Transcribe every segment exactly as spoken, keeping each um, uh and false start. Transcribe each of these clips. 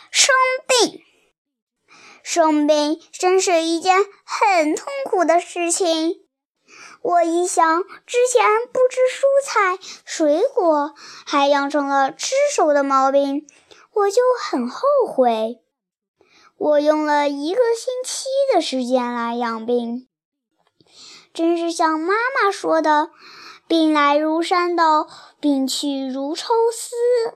生病。生病真是一件很痛苦的事情。我一想之前不吃蔬菜、水果，还养成了吃手的毛病，我就很后悔。我用了一个星期的时间来养病，真是像妈妈说的，病来如山倒，病去如抽丝。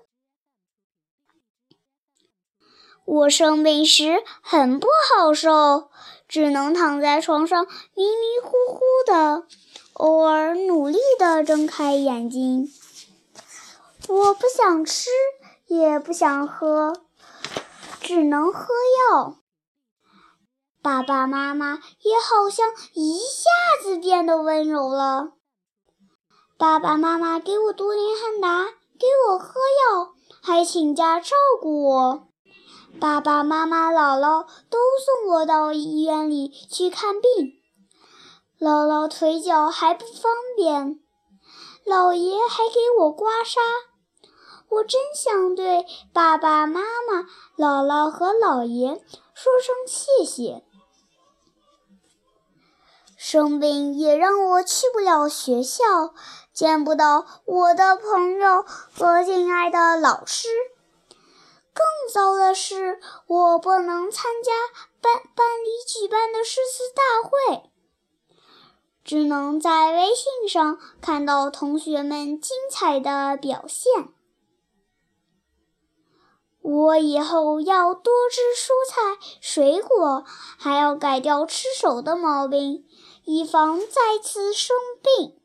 我生病时很不好受，只能躺在床上迷迷糊糊的，偶尔努力地睁开眼睛。我不想吃，也不想喝，只能喝药。爸爸妈妈也好像一下子变得温柔了。爸爸妈妈给我读灵汉达，给我喝药，还请假照顾我。爸爸妈妈、姥姥都送我到医院里去看病。姥姥腿脚还不方便，姥爷还给我刮痧。我真想对爸爸妈妈、姥姥和姥爷说声谢谢。生病也让我去不了学校，见不到我的朋友和敬爱的老师。更糟的是，我不能参加班班里举办的诗词大会，只能在微信上看到同学们精彩的表现。我以后要多吃蔬菜、水果，还要改掉吃手的毛病，以防再次生病。